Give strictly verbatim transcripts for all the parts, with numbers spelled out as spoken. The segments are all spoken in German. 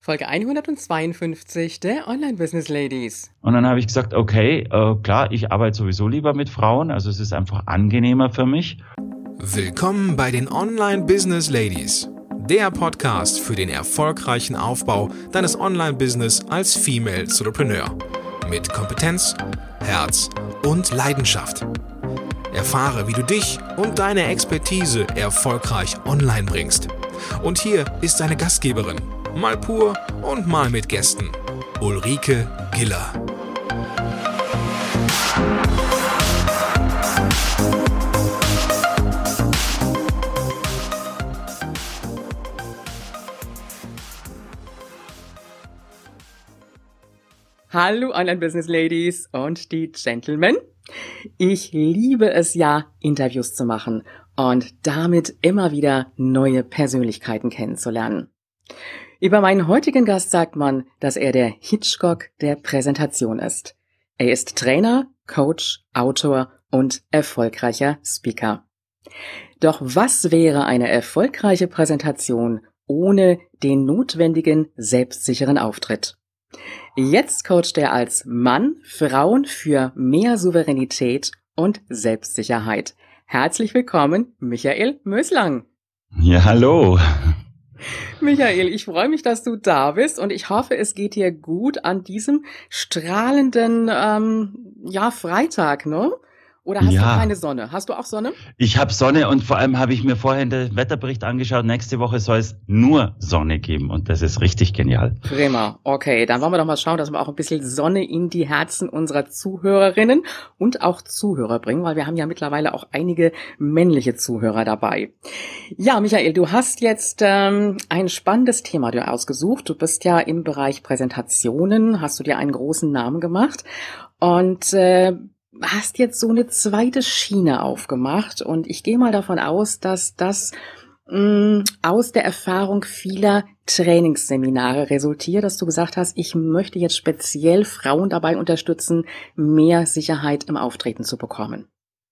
Folge hundertzweiundfünfzig der Online-Business Ladies. Und dann habe ich gesagt, okay, äh, klar, ich arbeite sowieso lieber mit Frauen, also es ist einfach angenehmer für mich. Willkommen bei den Online-Business Ladies, der Podcast für den erfolgreichen Aufbau deines Online-Business als Female Entrepreneur. Mit Kompetenz, Herz und Leidenschaft. Erfahre, wie du dich und deine Expertise erfolgreich online bringst. Und hier ist deine Gastgeberin, mal pur und mal mit Gästen, Ulrike Giller. Hallo Online-Business Ladies und die Gentlemen. Ich liebe es ja, Interviews zu machen und damit immer wieder neue Persönlichkeiten kennenzulernen. Über meinen heutigen Gast sagt man, dass er der Hitchcock der Präsentation ist. Er ist Trainer, Coach, Autor und erfolgreicher Speaker. Doch was wäre eine erfolgreiche Präsentation ohne den notwendigen selbstsicheren Auftritt? Jetzt coacht er als Mann Frauen für mehr Souveränität und Selbstsicherheit. Herzlich willkommen, Michael Möslang. Ja, hallo. Michael, ich freue mich, dass du da bist und ich hoffe, es geht dir gut an diesem strahlenden ähm, ja, Freitag, ne? Oder hast ja. du keine Sonne? Hast du auch Sonne? Ich habe Sonne und vor allem habe ich mir vorhin den Wetterbericht angeschaut. Nächste Woche soll es nur Sonne geben und das ist richtig genial. Prima. Okay, dann wollen wir doch mal schauen, dass wir auch ein bisschen Sonne in die Herzen unserer Zuhörerinnen und auch Zuhörer bringen, weil wir haben ja mittlerweile auch einige männliche Zuhörer dabei. Ja, Michael, du hast jetzt ähm, ein spannendes Thema dir ausgesucht. Du bist ja im Bereich Präsentationen, hast du dir einen großen Namen gemacht und äh, hast jetzt so eine zweite Schiene aufgemacht und ich gehe mal davon aus, dass das mh, aus der Erfahrung vieler Trainingsseminare resultiert, dass du gesagt hast, ich möchte jetzt speziell Frauen dabei unterstützen, mehr Sicherheit im Auftreten zu bekommen.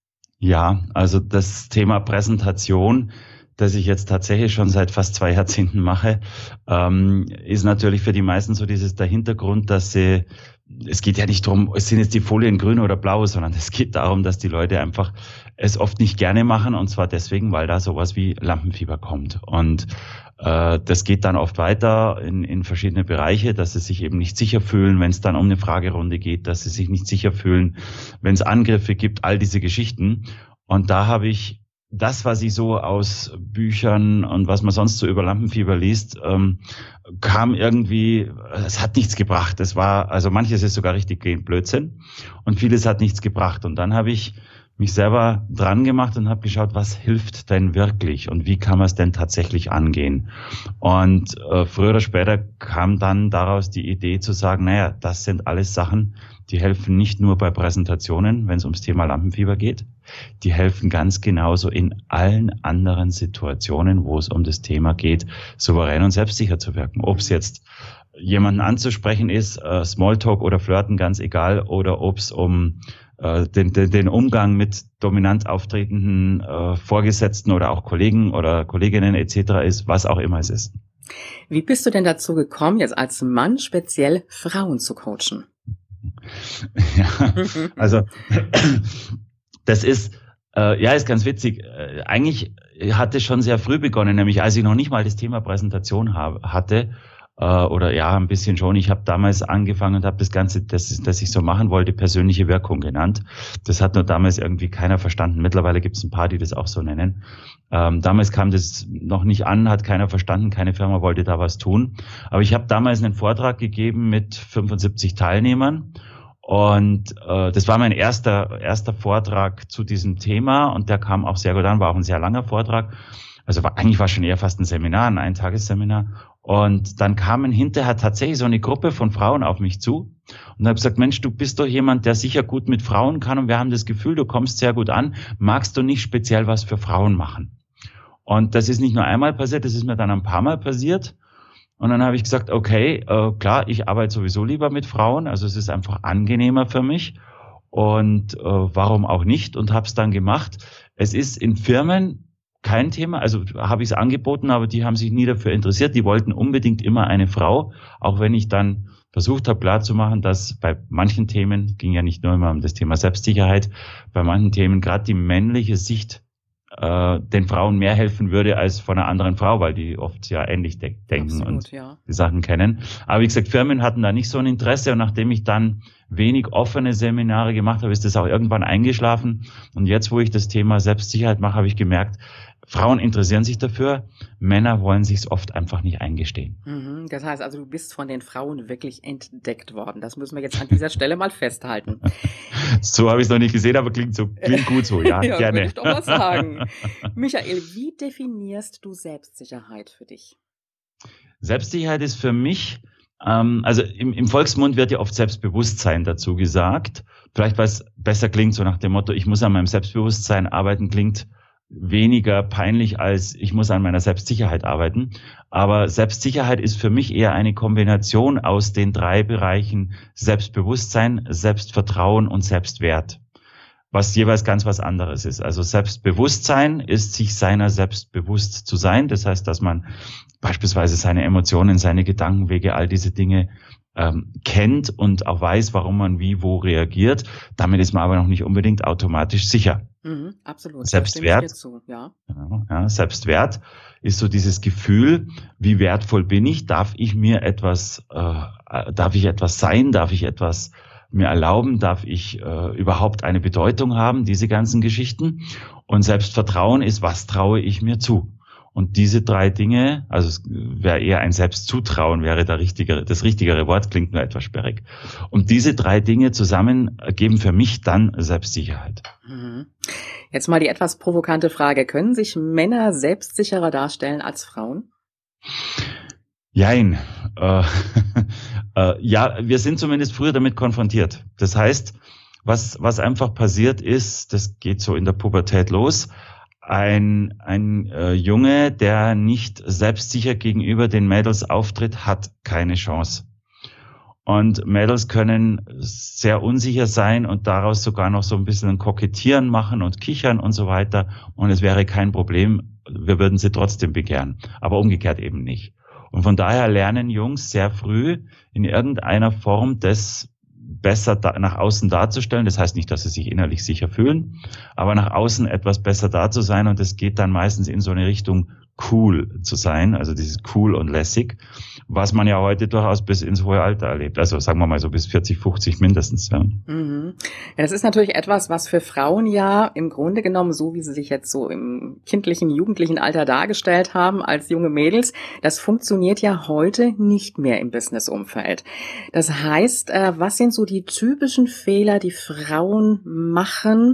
Ja, also das Thema Präsentation, das ich jetzt tatsächlich schon seit fast zwei Jahrzehnten mache, ähm, ist natürlich für die meisten so dieses der Hintergrund, dass sie es geht ja nicht darum, es sind jetzt die Folien grün oder blau, sondern es geht darum, dass die Leute einfach es oft nicht gerne machen und zwar deswegen, weil da sowas wie Lampenfieber kommt und äh, das geht dann oft weiter in, in verschiedene Bereiche, dass sie sich eben nicht sicher fühlen, wenn es dann um eine Fragerunde geht, dass sie sich nicht sicher fühlen, wenn es Angriffe gibt, all diese Geschichten und da habe ich das, was ich so aus Büchern und was man sonst so über Lampenfieber liest, ähm, kam irgendwie, es hat nichts gebracht. Es war, also manches ist sogar richtig Blödsinn und vieles hat nichts gebracht. Und dann habe ich mich selber dran gemacht und habe geschaut, was hilft denn wirklich und wie kann man es denn tatsächlich angehen. Und äh, früher oder später kam dann daraus die Idee zu sagen, naja, das sind alles Sachen, die helfen nicht nur bei Präsentationen, wenn es ums Thema Lampenfieber geht. Die helfen ganz genauso in allen anderen Situationen, wo es um das Thema geht, souverän und selbstsicher zu wirken. Ob es jetzt jemanden anzusprechen ist, äh, Smalltalk oder Flirten, ganz egal, oder ob es um äh, den, den, den Umgang mit dominant auftretenden äh, Vorgesetzten oder auch Kollegen oder Kolleginnen et cetera ist, was auch immer es ist. Wie bist du denn dazu gekommen, jetzt als Mann speziell Frauen zu coachen? Ja, also das ist äh, ja ist ganz witzig. Äh, eigentlich hatte schon sehr früh begonnen, nämlich als ich noch nicht mal das Thema Präsentation hab, hatte äh, oder ja ein bisschen schon. Ich habe damals angefangen und habe das Ganze, das, das ich so machen wollte, persönliche Wirkung genannt. Das hat nur damals irgendwie keiner verstanden. Mittlerweile gibt es ein paar, die das auch so nennen. Ähm, damals kam das noch nicht an, hat keiner verstanden, keine Firma wollte da was tun. Aber ich habe damals einen Vortrag gegeben mit fünfundsiebzig Teilnehmern und äh, das war mein erster erster Vortrag zu diesem Thema und der kam auch sehr gut an, war auch ein sehr langer Vortrag. Also war, eigentlich war schon eher fast ein Seminar, ein Eintagesseminar. Und dann kamen hinterher tatsächlich so eine Gruppe von Frauen auf mich zu und habe gesagt, Mensch, du bist doch jemand, der sicher gut mit Frauen kann und wir haben das Gefühl, du kommst sehr gut an. Magst du nicht speziell was für Frauen machen? Und das ist nicht nur einmal passiert, das ist mir dann ein paar Mal passiert. Und dann habe ich gesagt, okay, äh, klar, ich arbeite sowieso lieber mit Frauen, also es ist einfach angenehmer für mich. Und äh, warum auch nicht? Und habe es dann gemacht. Es ist in Firmen kein Thema. Also habe ich es angeboten, aber die haben sich nie dafür interessiert. Die wollten unbedingt immer eine Frau, auch wenn ich dann versucht habe klarzumachen, dass bei manchen Themen, ging ja nicht nur immer um das Thema Selbstsicherheit, bei manchen Themen gerade die männliche Sicht äh, den Frauen mehr helfen würde als von einer anderen Frau, weil die oft ja ähnlich de- denken. Absolut, und ja. Die Sachen kennen. Aber wie gesagt, Firmen hatten da nicht so ein Interesse, und nachdem ich dann wenig offene Seminare gemacht habe, ist das auch irgendwann eingeschlafen. Und jetzt, wo ich das Thema Selbstsicherheit mache, habe ich gemerkt, Frauen interessieren sich dafür, Männer wollen sich es oft einfach nicht eingestehen. Mhm, das heißt also, du bist von den Frauen wirklich entdeckt worden. Das müssen wir jetzt an dieser Stelle mal festhalten. So habe ich es noch nicht gesehen, aber klingt so, klingt gut so, ja, ja gerne. Würde ich doch mal sagen. Michael, wie definierst du Selbstsicherheit für dich? Selbstsicherheit ist für mich, ähm, also im, im Volksmund wird ja oft Selbstbewusstsein dazu gesagt. Vielleicht, weil es besser klingt, so nach dem Motto, ich muss an meinem Selbstbewusstsein arbeiten, klingt weniger peinlich als ich muss an meiner Selbstsicherheit arbeiten. Aber Selbstsicherheit ist für mich eher eine Kombination aus den drei Bereichen Selbstbewusstsein, Selbstvertrauen und Selbstwert, was jeweils ganz was anderes ist. Also Selbstbewusstsein ist, sich seiner selbst bewusst zu sein. Das heißt, dass man beispielsweise seine Emotionen, seine Gedankenwege, all diese Dinge ähm, kennt und auch weiß, warum man wie wo reagiert. Damit ist man aber noch nicht unbedingt automatisch sicher. Mhm, absolut. Selbstwert, zu, ja. Ja, ja, Selbstwert ist so dieses Gefühl, wie wertvoll bin ich? Darf ich mir etwas, äh, darf ich etwas sein? Darf ich etwas mir erlauben? Darf ich äh, überhaupt eine Bedeutung haben? Diese ganzen Geschichten. Und Selbstvertrauen ist, was traue ich mir zu? Und diese drei Dinge, also es wäre eher ein Selbstzutrauen, wäre der richtigere, das richtigere Wort, klingt nur etwas sperrig. Und diese drei Dinge zusammen geben für mich dann Selbstsicherheit. Jetzt mal die etwas provokante Frage. Können sich Männer selbstsicherer darstellen als Frauen? Jein. Äh, äh, ja, wir sind zumindest früher damit konfrontiert. Das heißt, was, was einfach passiert ist, das geht so in der Pubertät los, Ein, ein äh, Junge, der nicht selbstsicher gegenüber den Mädels auftritt, hat keine Chance. Und Mädels können sehr unsicher sein und daraus sogar noch so ein bisschen ein Kokettieren machen und kichern und so weiter. Und es wäre kein Problem, wir würden sie trotzdem begehren. Aber umgekehrt eben nicht. Und von daher lernen Jungs sehr früh in irgendeiner Form das besser da, nach außen darzustellen. Das heißt nicht, dass sie sich innerlich sicher fühlen, aber nach außen etwas besser da zu sein. Und es geht dann meistens in so eine Richtung, cool zu sein, also dieses cool und lässig, was man ja heute durchaus bis ins hohe Alter erlebt. Also sagen wir mal so bis vierzig, fünfzig mindestens. Ja. Mhm. Ja, das ist natürlich etwas, was für Frauen ja im Grunde genommen, so wie sie sich jetzt so im kindlichen, jugendlichen Alter dargestellt haben als junge Mädels, das funktioniert ja heute nicht mehr im Businessumfeld. Das heißt, was sind so die typischen Fehler, die Frauen machen,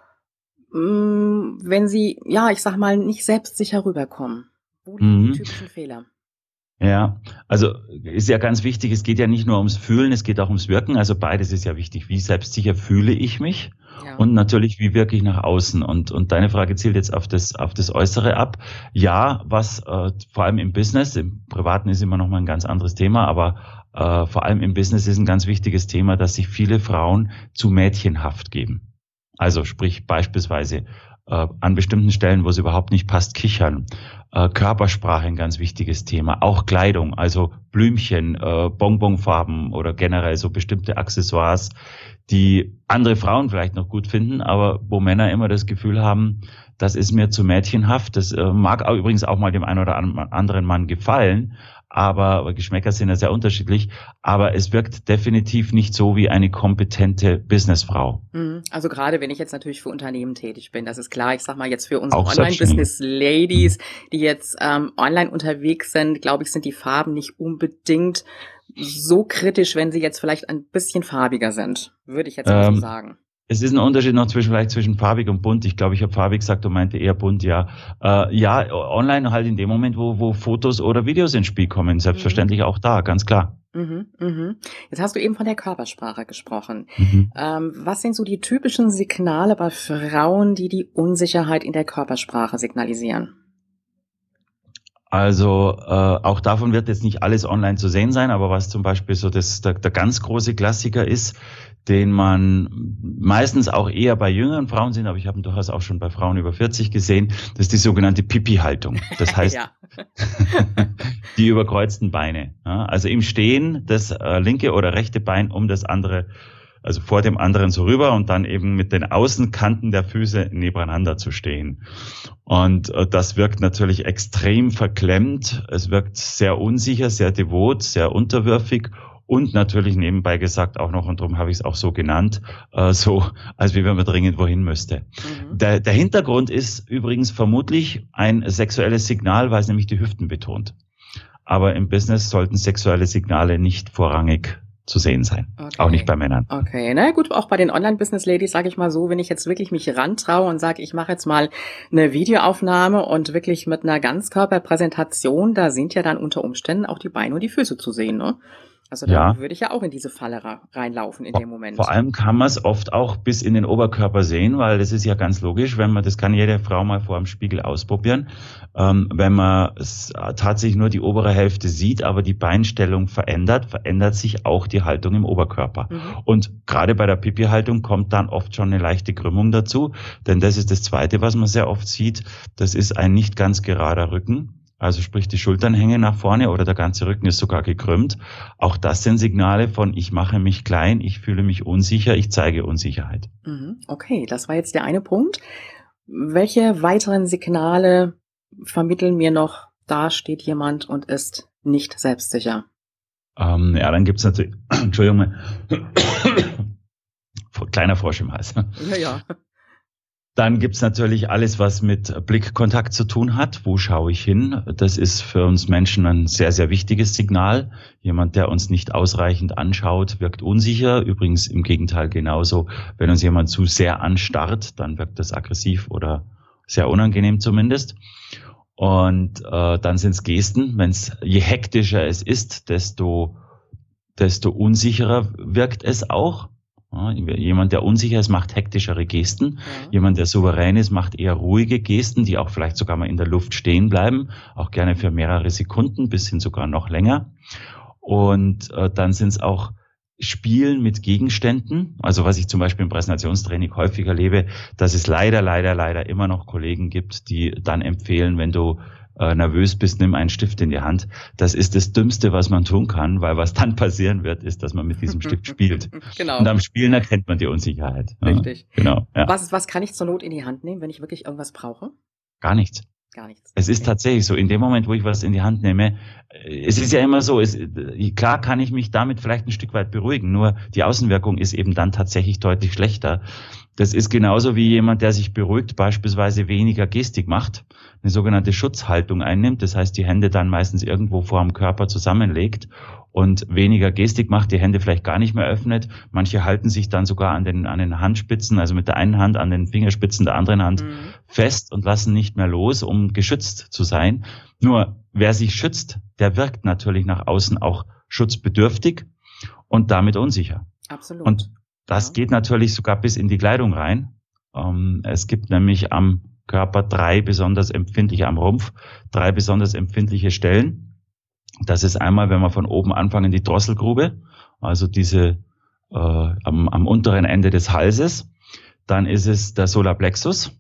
wenn sie, ja, ich sag mal, nicht selbstsicher rüberkommen? Wo liegen mhm. die typischen Fehler? Ja, also ist ja ganz wichtig, es geht ja nicht nur ums Fühlen, es geht auch ums Wirken, also beides ist ja wichtig. Wie selbstsicher fühle ich mich? Ja. Und natürlich, wie wirke ich nach außen? Und und deine Frage zielt jetzt auf das auf das Äußere ab. Ja, was äh, vor allem im Business, im Privaten ist immer noch mal ein ganz anderes Thema, aber äh, vor allem im Business ist ein ganz wichtiges Thema, dass sich viele Frauen zu mädchenhaft geben. Also sprich beispielsweise äh, an bestimmten Stellen, wo es überhaupt nicht passt, kichern. Äh, Körpersprache ein ganz wichtiges Thema. Auch Kleidung, also Blümchen, äh, Bonbonfarben oder generell so bestimmte Accessoires, die andere Frauen vielleicht noch gut finden, aber wo Männer immer das Gefühl haben, das ist mir zu mädchenhaft. Das äh, mag auch übrigens auch mal dem einen oder anderen Mann gefallen, aber Geschmäcker sind ja sehr unterschiedlich, aber es wirkt definitiv nicht so wie eine kompetente Businessfrau. Also gerade wenn ich jetzt natürlich für Unternehmen tätig bin, das ist klar, ich sag mal jetzt für unsere Online-Business-Ladies, die jetzt ähm, online unterwegs sind, glaube ich, sind die Farben nicht unbedingt so kritisch, wenn sie jetzt vielleicht ein bisschen farbiger sind, würde ich jetzt mal ähm, so sagen. Es ist ein Unterschied noch zwischen vielleicht zwischen farbig und bunt. Ich glaube, ich habe farbig gesagt und meinte eher bunt, ja. Äh, ja, online halt in dem Moment, wo wo Fotos oder Videos ins Spiel kommen, selbstverständlich mhm. auch da, ganz klar. Mhm, mhm. Jetzt hast du eben von der Körpersprache gesprochen. Mhm. Ähm, was sind so die typischen Signale bei Frauen, die die Unsicherheit in der Körpersprache signalisieren? Also äh, auch davon wird jetzt nicht alles online zu sehen sein, aber was zum Beispiel so das der, der ganz große Klassiker ist, den man meistens auch eher bei jüngeren Frauen sieht, aber ich habe ihn durchaus auch schon bei Frauen über vierzig gesehen. Das ist die sogenannte Pipi-Haltung. Das heißt, ja. die überkreuzten Beine. Ja, also im Stehen das äh, linke oder rechte Bein um das andere, also vor dem anderen so rüber und dann eben mit den Außenkanten der Füße nebeneinander zu stehen. Und äh, das wirkt natürlich extrem verklemmt. Es wirkt sehr unsicher, sehr devot, sehr unterwürfig. Und natürlich nebenbei gesagt auch noch, und darum habe ich es auch so genannt, äh, so, als wie wenn man dringend wohin müsste. Mhm. Der, der Hintergrund ist übrigens vermutlich ein sexuelles Signal, weil es nämlich die Hüften betont. Aber im Business sollten sexuelle Signale nicht vorrangig zu sehen sein. Okay. Auch nicht bei Männern. Okay, na gut, auch bei den Online-Business-Ladies, sage ich mal so, wenn ich jetzt wirklich mich rantraue und sage, ich mache jetzt mal eine Videoaufnahme und wirklich mit einer Ganzkörperpräsentation, da sind ja dann unter Umständen auch die Beine und die Füße zu sehen, ne? Also da ja. würde ich ja auch in diese Falle reinlaufen in dem Moment. Vor allem kann man es oft auch bis in den Oberkörper sehen, weil das ist ja ganz logisch, wenn man, das kann jede Frau mal vor dem Spiegel ausprobieren, ähm, wenn man tatsächlich nur die obere Hälfte sieht, aber die Beinstellung verändert, verändert sich auch die Haltung im Oberkörper. Mhm. Und gerade bei der Pipi-Haltung kommt dann oft schon eine leichte Krümmung dazu, denn das ist das Zweite, was man sehr oft sieht, das ist ein nicht ganz gerader Rücken. Also sprich, die Schultern hängen nach vorne oder der ganze Rücken ist sogar gekrümmt. Auch das sind Signale von, ich mache mich klein, ich fühle mich unsicher, ich zeige Unsicherheit. Okay, das war jetzt der eine Punkt. Welche weiteren Signale vermitteln mir noch, da steht jemand und ist nicht selbstsicher? Ähm, ja, dann gibt's natürlich, Entschuldigung, kleiner Frosch im Hals. Ja, ja. Dann gibt's natürlich alles, was mit Blickkontakt zu tun hat. Wo schaue ich hin? Das ist für uns Menschen ein sehr, sehr wichtiges Signal. Jemand, der uns nicht ausreichend anschaut, wirkt unsicher. Übrigens im Gegenteil genauso. Wenn uns jemand zu sehr anstarrt, dann wirkt das aggressiv oder sehr unangenehm zumindest. Und äh, dann sind's Gesten. Wenn's, je hektischer es ist, desto, desto unsicherer wirkt es auch. Ja, jemand, der unsicher ist, macht hektischere Gesten. Ja. Jemand, der souverän ist, macht eher ruhige Gesten, die auch vielleicht sogar mal in der Luft stehen bleiben, auch gerne für mehrere Sekunden, bis hin sogar noch länger. Und äh, dann sind es auch Spielen mit Gegenständen, also was ich zum Beispiel im Präsentationstraining häufig erlebe, dass es leider, leider, leider immer noch Kollegen gibt, die dann empfehlen, wenn du äh, nervös bist, nimm einen Stift in die Hand. Das ist das Dümmste, was man tun kann, weil was dann passieren wird, ist, dass man mit diesem Stift spielt. Genau. Und am Spielen erkennt man die Unsicherheit. Richtig. Ja, genau. Ja. Was, was kann ich zur Not in die Hand nehmen, wenn ich wirklich irgendwas brauche? Gar nichts. Gar nichts. Es ist tatsächlich so, in dem Moment, wo ich was in die Hand nehme, es ist ja immer so, es, klar kann ich mich damit vielleicht ein Stück weit beruhigen, nur die Außenwirkung ist eben dann tatsächlich deutlich schlechter. Das ist genauso wie jemand, der sich beruhigt, beispielsweise weniger Gestik macht, eine sogenannte Schutzhaltung einnimmt, das heißt, die Hände dann meistens irgendwo vor dem Körper zusammenlegt und weniger Gestik macht, die Hände vielleicht gar nicht mehr öffnet. Manche halten sich dann sogar an den, an den Handspitzen, also mit der einen Hand an den Fingerspitzen der anderen Hand mhm. fest und lassen nicht mehr los, um geschützt zu sein. Nur wer sich schützt, der wirkt natürlich nach außen auch schutzbedürftig und damit unsicher. Absolut. Und das ja. geht natürlich sogar bis in die Kleidung rein. Ähm, es gibt nämlich am Körper drei besonders empfindliche, am Rumpf, drei besonders empfindliche Stellen. Das ist einmal, wenn wir von oben anfangen, die Drosselgrube, also diese äh, am, am unteren Ende des Halses. Dann ist es der Solarplexus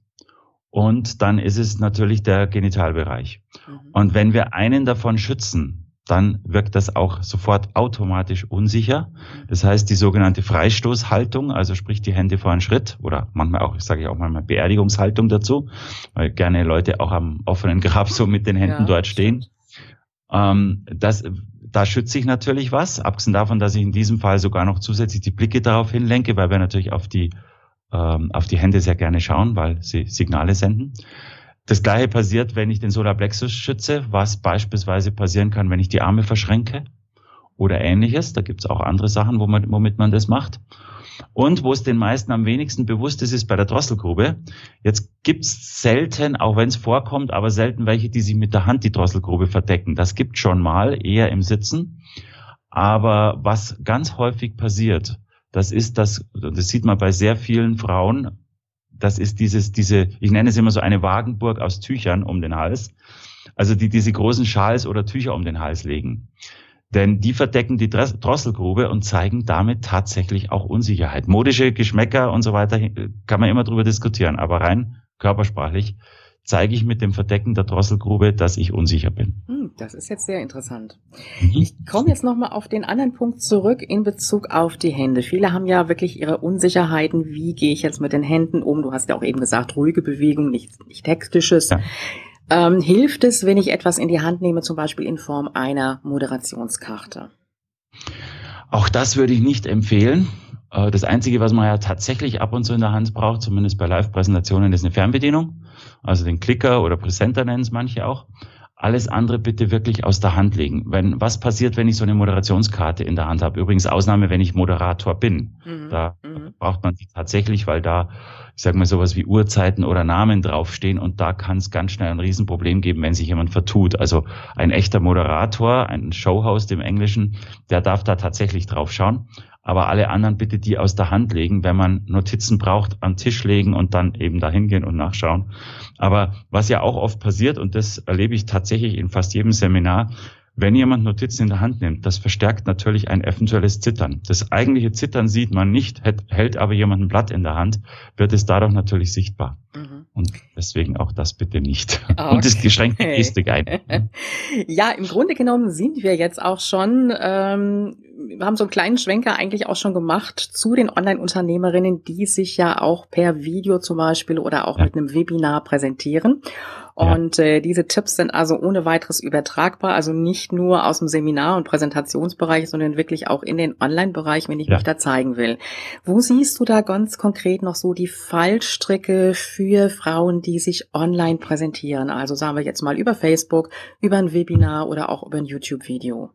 und dann ist es natürlich der Genitalbereich. Mhm. Und wenn wir einen davon schützen, dann wirkt das auch sofort automatisch unsicher. Das heißt, die sogenannte Freistoßhaltung, also sprich die Hände vor einen Schritt oder manchmal auch, ich sage ich auch manchmal Beerdigungshaltung dazu, weil gerne Leute auch am offenen Grab so mit den Händen ja, dort stehen. Ähm, das, da schütze ich natürlich was, abgesehen davon, dass ich in diesem Fall sogar noch zusätzlich die Blicke darauf hinlenke, weil wir natürlich auf die, ähm, auf die Hände sehr gerne schauen, weil sie Signale senden. Das Gleiche passiert, wenn ich den Solarplexus schütze, was beispielsweise passieren kann, wenn ich die Arme verschränke oder Ähnliches. Da gibt es auch andere Sachen, wo man, womit man das macht. Und wo es den meisten am wenigsten bewusst ist, ist bei der Drosselgrube. Jetzt gibt's selten, auch wenn es vorkommt, aber selten welche, die sich mit der Hand die Drosselgrube verdecken. Das gibt schon mal, eher im Sitzen. Aber was ganz häufig passiert, das ist das, das sieht man bei sehr vielen Frauen, das ist dieses, diese, ich nenne es immer so eine Wagenburg aus Tüchern um den Hals. Also die diese großen Schals oder Tücher um den Hals legen. Denn die verdecken die Drosselgrube und zeigen damit tatsächlich auch Unsicherheit. Modische Geschmäcker und so weiter kann man immer drüber diskutieren, aber rein körpersprachlich zeige ich mit dem Verdecken der Drosselgrube, dass ich unsicher bin. Hm, das ist jetzt sehr interessant. Mhm. Ich komme jetzt nochmal auf den anderen Punkt zurück in Bezug auf die Hände. Viele haben ja wirklich ihre Unsicherheiten. Wie gehe ich jetzt mit den Händen um? Du hast ja auch eben gesagt, ruhige Bewegung, nichts nicht Hektisches. Ja. Ähm, hilft es, wenn ich etwas in die Hand nehme, zum Beispiel in Form einer Moderationskarte? Auch das würde ich nicht empfehlen. Das Einzige, was man ja tatsächlich ab und zu in der Hand braucht, zumindest bei Live-Präsentationen, ist eine Fernbedienung. Also den Clicker oder Presenter nennen es manche auch. Alles andere bitte wirklich aus der Hand legen. Wenn, was passiert, wenn ich so eine Moderationskarte in der Hand habe? Übrigens Ausnahme, wenn ich Moderator bin. Mhm. Da mhm. braucht man sie tatsächlich, weil da, ich sage mal, sowas wie Uhrzeiten oder Namen draufstehen und da kann es ganz schnell ein Riesenproblem geben, wenn sich jemand vertut. Also ein echter Moderator, ein Showhost im Englischen, der darf da tatsächlich drauf schauen. Aber alle anderen bitte die aus der Hand legen, wenn man Notizen braucht, am Tisch legen und dann eben da hingehen und nachschauen. Aber was ja auch oft passiert, und das erlebe ich tatsächlich in fast jedem Seminar, wenn jemand Notizen in der Hand nimmt, das verstärkt natürlich ein eventuelles Zittern. Das eigentliche Zittern sieht man nicht, hält aber jemand ein Blatt in der Hand, wird es dadurch natürlich sichtbar. Mhm. Und deswegen auch das bitte nicht. Okay. Und das geschränkte Gestik ein. Ja, im Grunde genommen sind wir jetzt auch schon, ähm, wir haben so einen kleinen Schwenker eigentlich auch schon gemacht zu den Online-Unternehmerinnen, die sich ja auch per Video zum Beispiel oder auch ja. mit einem Webinar präsentieren. Und ja. äh, diese Tipps sind also ohne weiteres übertragbar, also nicht nur aus dem Seminar- und Präsentationsbereich, sondern wirklich auch in den Online-Bereich, wenn ich ja. mich da zeigen will. Wo siehst du da ganz konkret noch so die Fallstricke für Frauen, die sich online präsentieren? Also sagen wir jetzt mal über Facebook, über ein Webinar oder auch über ein YouTube-Video.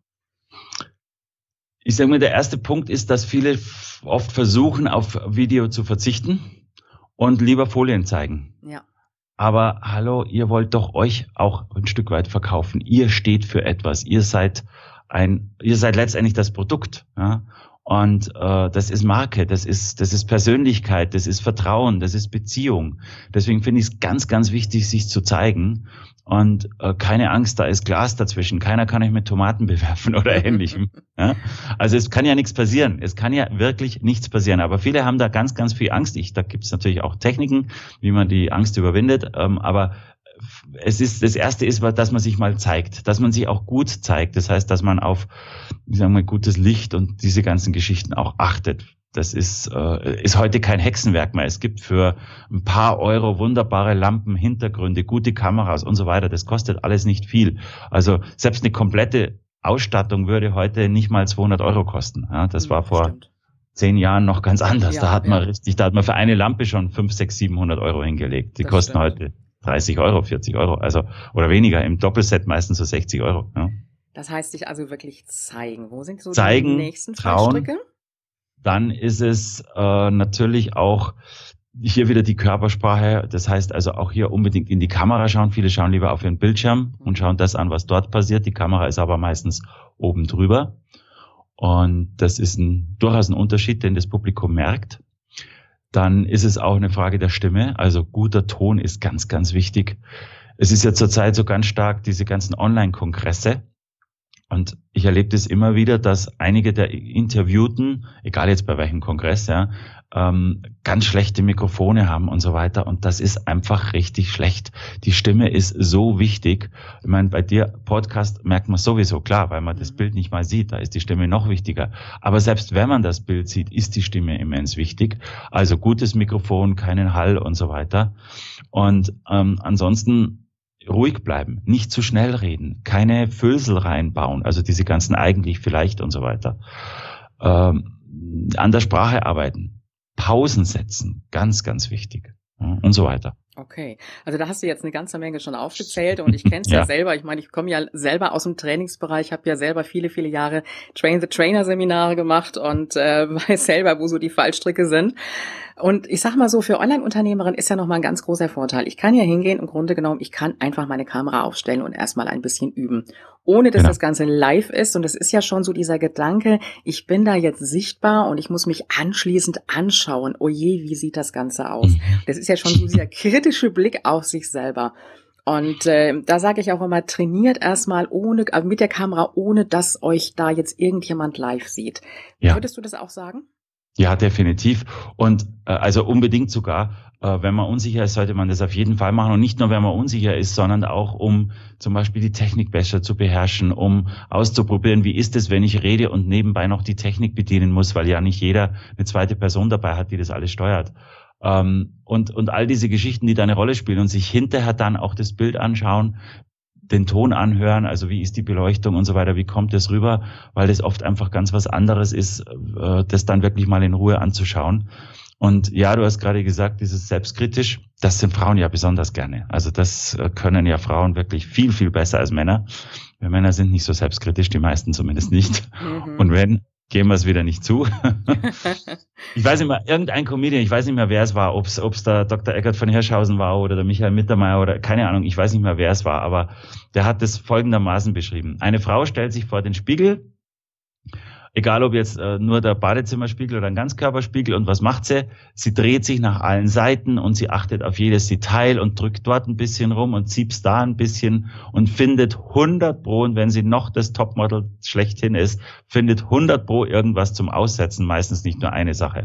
Ich sage mal, der erste Punkt ist, dass viele oft versuchen, auf Video zu verzichten und lieber Folien zeigen. Ja. Aber hallo, ihr wollt doch euch auch ein Stück weit verkaufen. Ihr steht für etwas. Ihr seid ein, ihr seid letztendlich das Produkt. Ja? Und äh, das ist Marke, das ist, das ist Persönlichkeit, das ist Vertrauen, das ist Beziehung. Deswegen finde ich es ganz, ganz wichtig, sich zu zeigen. Und äh, keine Angst, da ist Glas dazwischen. Keiner kann euch mit Tomaten bewerfen oder Ähnlichem. Ja? Also es kann ja nichts passieren. Es kann ja wirklich nichts passieren. Aber viele haben da ganz, ganz viel Angst. Ich, da gibt es natürlich auch Techniken, wie man die Angst überwindet. Ähm, aber es ist, das erste ist, dass man sich mal zeigt, dass man sich auch gut zeigt. Das heißt, dass man auf, ich sag mal, gutes Licht und diese ganzen Geschichten auch achtet. Das ist, äh, ist heute kein Hexenwerk mehr. Es gibt für ein paar Euro wunderbare Lampen, Hintergründe, gute Kameras und so weiter. Das kostet alles nicht viel. Also selbst eine komplette Ausstattung würde heute nicht mal zweihundert Euro kosten. Ja, das war vor Stimmt. zehn Jahren noch ganz anders. Ja, da hat man ja. richtig, da hat man für eine Lampe schon fünfhundert, sechshundert, siebenhundert Euro hingelegt. Die das kosten stimmt. heute dreißig Euro, vierzig Euro, also oder weniger. Im Doppelset meistens so sechzig Euro. Ja. Das heißt, sich also wirklich zeigen. Wo sind so zeigen, die nächsten Fallstricke? Dann ist es äh, natürlich auch hier wieder die Körpersprache. Das heißt also auch hier unbedingt in die Kamera schauen. Viele schauen lieber auf ihren Bildschirm und schauen das an, was dort passiert. Die Kamera ist aber meistens oben drüber. Und das ist ein, durchaus ein Unterschied, den das Publikum merkt. Dann ist es auch eine Frage der Stimme. Also guter Ton ist ganz, ganz wichtig. Es ist ja zurzeit so ganz stark diese ganzen Online-Kongresse. Und ich erlebe das immer wieder, dass einige der Interviewten, egal jetzt bei welchem Kongress, ja, ähm, ganz schlechte Mikrofone haben und so weiter. Und das ist einfach richtig schlecht. Die Stimme ist so wichtig. Ich meine, bei dir Podcast merkt man sowieso, klar, weil man das Bild nicht mal sieht. Da ist die Stimme noch wichtiger. Aber selbst wenn man das Bild sieht, ist die Stimme immens wichtig. Also gutes Mikrofon, keinen Hall und so weiter. Und ähm, ansonsten ruhig bleiben, nicht zu schnell reden, keine Füllsel reinbauen, also diese ganzen eigentlich vielleicht und so weiter. Ähm, an der Sprache arbeiten, Pausen setzen, ganz, ganz wichtig und so weiter. Okay, also da hast du jetzt eine ganze Menge schon aufgezählt und ich kenne es ja. ja selber. Ich meine, ich komme ja selber aus dem Trainingsbereich, habe ja selber viele, viele Jahre Train-the-Trainer-Seminare gemacht und äh, weiß selber, wo so die Fallstricke sind. Und ich sag mal so, für Online-Unternehmerinnen ist ja nochmal ein ganz großer Vorteil. Ich kann ja hingehen, im Grunde genommen, ich kann einfach meine Kamera aufstellen und erstmal ein bisschen üben, ohne dass genau. das Ganze live ist. Und es ist ja schon so dieser Gedanke, ich bin da jetzt sichtbar und ich muss mich anschließend anschauen. Oh je, wie sieht das Ganze aus? Das ist ja schon so dieser kritische Blick auf sich selber. Und äh, da sage ich auch immer, trainiert erstmal ohne, also mit der Kamera, ohne dass euch da jetzt irgendjemand live sieht. Ja. Würdest du das auch sagen? Ja, definitiv. Und äh, also unbedingt sogar, äh, wenn man unsicher ist, sollte man das auf jeden Fall machen. Und nicht nur, wenn man unsicher ist, sondern auch, um zum Beispiel die Technik besser zu beherrschen, um auszuprobieren, wie ist es, wenn ich rede und nebenbei noch die Technik bedienen muss, weil ja nicht jeder eine zweite Person dabei hat, die das alles steuert. Ähm, und, und all diese Geschichten, die da eine Rolle spielen und sich hinterher dann auch das Bild anschauen, den Ton anhören, also wie ist die Beleuchtung und so weiter, wie kommt das rüber, weil das oft einfach ganz was anderes ist, das dann wirklich mal in Ruhe anzuschauen. Und ja, du hast gerade gesagt, dieses selbstkritisch, das sind Frauen ja besonders gerne. Also das können ja Frauen wirklich viel, viel besser als Männer. Wir Männer sind nicht so selbstkritisch, die meisten zumindest nicht. Mhm. Und wenn, geben wir es wieder nicht zu. Ich weiß nicht mehr, irgendein Comedian, ich weiß nicht mehr, wer es war, ob es der Doktor Eckert von Hirschhausen war oder der Michael Mittermeier oder keine Ahnung, ich weiß nicht mehr, wer es war, aber der hat das folgendermaßen beschrieben. Eine Frau stellt sich vor den Spiegel, egal ob jetzt äh, nur der Badezimmerspiegel oder ein Ganzkörperspiegel, und was macht sie? Sie dreht sich nach allen Seiten und sie achtet auf jedes Detail und drückt dort ein bisschen rum und zieht da ein bisschen und findet hundert pro, und wenn sie noch das Topmodel schlechthin ist, findet hundert pro irgendwas zum Aussetzen, meistens nicht nur eine Sache.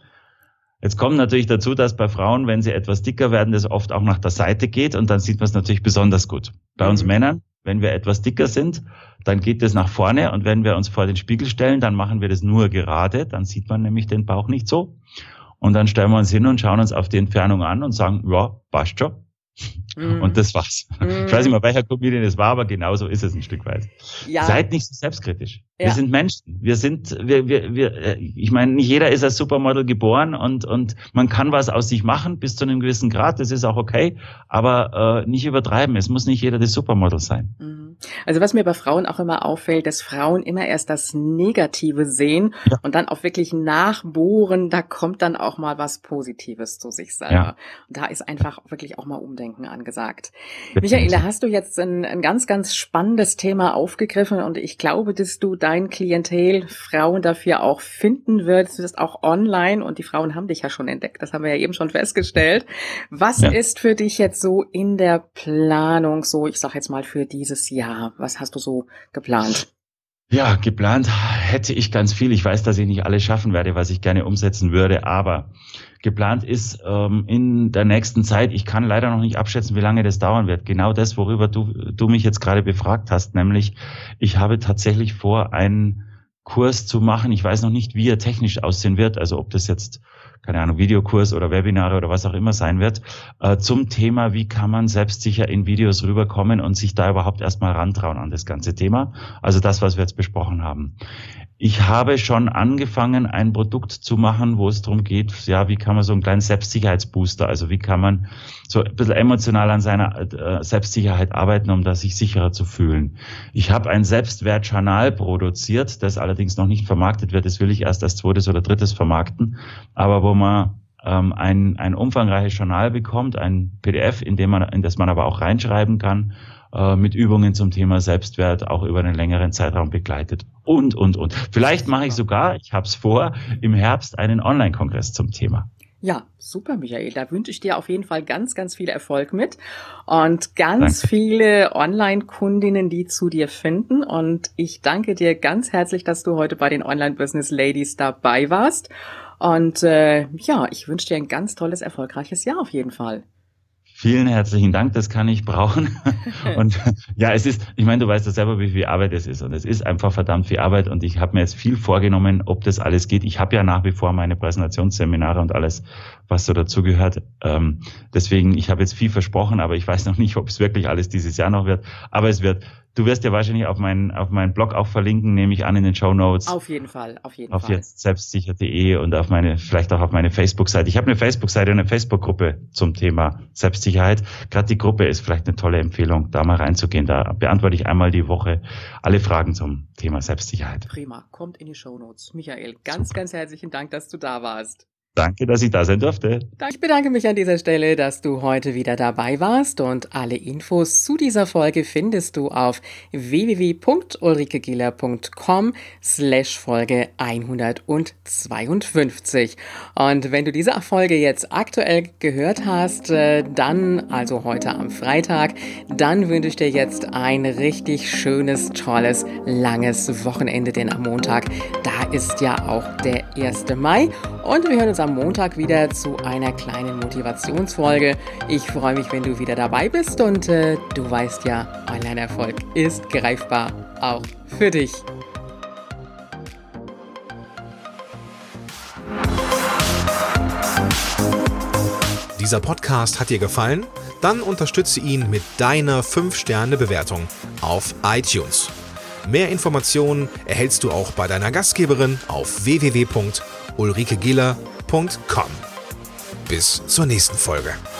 Jetzt kommt natürlich dazu, dass bei Frauen, wenn sie etwas dicker werden, das oft auch nach der Seite geht, und dann sieht man es natürlich besonders gut. Bei uns Männern, wenn wir etwas dicker sind, dann geht es nach vorne, und wenn wir uns vor den Spiegel stellen, dann machen wir das nur gerade, dann sieht man nämlich den Bauch nicht so. Und dann stellen wir uns hin und schauen uns auf die Entfernung an und sagen, ja, passt schon. Mm. Und das war's. Mm. Ich weiß nicht mal, welcher Comedian es war, aber genau so ist es ein Stück weit. Ja. Seid nicht so selbstkritisch. Ja. Wir sind Menschen. Wir sind, wir, wir, wir, ich meine, nicht jeder ist als Supermodel geboren, und, und man kann was aus sich machen bis zu einem gewissen Grad. Das ist auch okay. Aber äh, nicht übertreiben. Es muss nicht jeder das Supermodel sein. Also was mir bei Frauen auch immer auffällt, dass Frauen immer erst das Negative sehen, ja, und dann auch wirklich nachbohren. Da kommt dann auch mal was Positives zu sich selber. Ja. Und da ist einfach wirklich auch mal Umdenken angesagt. Michaela, hast du jetzt ein, ein ganz, ganz spannendes Thema aufgegriffen, und ich glaube, dass du dein Klientel Frauen dafür auch finden wirst. Du bist auch online, und die Frauen haben dich ja schon entdeckt. Das haben wir ja eben schon festgestellt. Was ja. ist für dich jetzt so in der Planung, so ich sag jetzt mal für dieses Jahr? Was hast du so geplant? Ja, geplant hätte ich ganz viel. Ich weiß, dass ich nicht alles schaffen werde, was ich gerne umsetzen würde, aber geplant ist ähm, in der nächsten Zeit, ich kann leider noch nicht abschätzen, wie lange das dauern wird. Genau das, worüber du, du mich jetzt gerade befragt hast, nämlich ich habe tatsächlich vor, einen Kurs zu machen. Ich weiß noch nicht, wie er technisch aussehen wird, also ob das jetzt, keine Ahnung, Videokurs oder Webinare oder was auch immer sein wird, äh, zum Thema, wie kann man selbstsicher in Videos rüberkommen und sich da überhaupt erstmal rantrauen an das ganze Thema. Also das, was wir jetzt besprochen haben. Ich habe schon angefangen, ein Produkt zu machen, wo es darum geht, ja, wie kann man so einen kleinen Selbstsicherheitsbooster, also wie kann man so ein bisschen emotional an seiner äh, Selbstsicherheit arbeiten, um da sich sicherer zu fühlen. Ich habe ein Selbstwertjournal produziert, das allerdings noch nicht vermarktet wird. Das will ich erst als zweites oder drittes vermarkten, aber wo man ähm, ein, ein umfangreiches Journal bekommt, ein P D F, in dem man, in das man aber auch reinschreiben kann, mit Übungen zum Thema Selbstwert, auch über einen längeren Zeitraum begleitet. Und, und, und. Vielleicht mache ich sogar, ich habe es vor, im Herbst einen Online-Kongress zum Thema. Ja, super, Michael. Da wünsche ich dir auf jeden Fall ganz, ganz viel Erfolg mit und ganz danke. Viele Online-Kundinnen, die zu dir finden. Und ich danke dir ganz herzlich, dass du heute bei den Online-Business-Ladies dabei warst. Und äh, ja, ich wünsche dir ein ganz tolles, erfolgreiches Jahr auf jeden Fall. Vielen herzlichen Dank, das kann ich brauchen. Und ja, es ist, ich meine, du weißt ja selber, wie viel Arbeit es ist. Und es ist einfach verdammt viel Arbeit. Und ich habe mir jetzt viel vorgenommen, ob das alles geht. Ich habe ja nach wie vor meine Präsentationsseminare und alles, was so dazugehört. Ähm, deswegen, ich habe jetzt viel versprochen, aber ich weiß noch nicht, ob es wirklich alles dieses Jahr noch wird. Aber es wird. Du wirst ja wahrscheinlich auf meinen auf meinen Blog auch verlinken, nehme ich an, in den Shownotes. Auf jeden Fall, auf jeden auf Fall. Auf jetzt selbstsicher punkt de und auf meine, vielleicht auch auf meine Facebook-Seite. Ich habe eine Facebook-Seite und eine Facebook-Gruppe zum Thema Selbstsicherheit. Gerade die Gruppe ist vielleicht eine tolle Empfehlung, da mal reinzugehen. Da beantworte ich einmal die Woche alle Fragen zum Thema Selbstsicherheit. Prima, kommt in die Shownotes. Michael, ganz, Super. ganz herzlichen Dank, dass du da warst. Danke, dass ich da sein durfte. Ich bedanke mich an dieser Stelle, dass du heute wieder dabei warst, und alle Infos zu dieser Folge findest du auf w w w punkt ulrike gieler punkt com slash Folge hundertzweiundfünfzig. Und wenn du diese Folge jetzt aktuell gehört hast, dann, also heute am Freitag, dann wünsche ich dir jetzt ein richtig schönes, tolles, langes Wochenende, denn am Montag, da ist ja auch der erste Mai, und wir hören uns am Montag wieder zu einer kleinen Motivationsfolge. Ich freue mich, wenn du wieder dabei bist, und äh, du weißt ja, Online-Erfolg ist greifbar, auch für dich. Dieser Podcast hat dir gefallen? Dann unterstütze ihn mit deiner fünf Sterne Bewertung auf iTunes. Mehr Informationen erhältst du auch bei deiner Gastgeberin auf w w w punkt ulrike gieler punkt com. Bis zur nächsten Folge.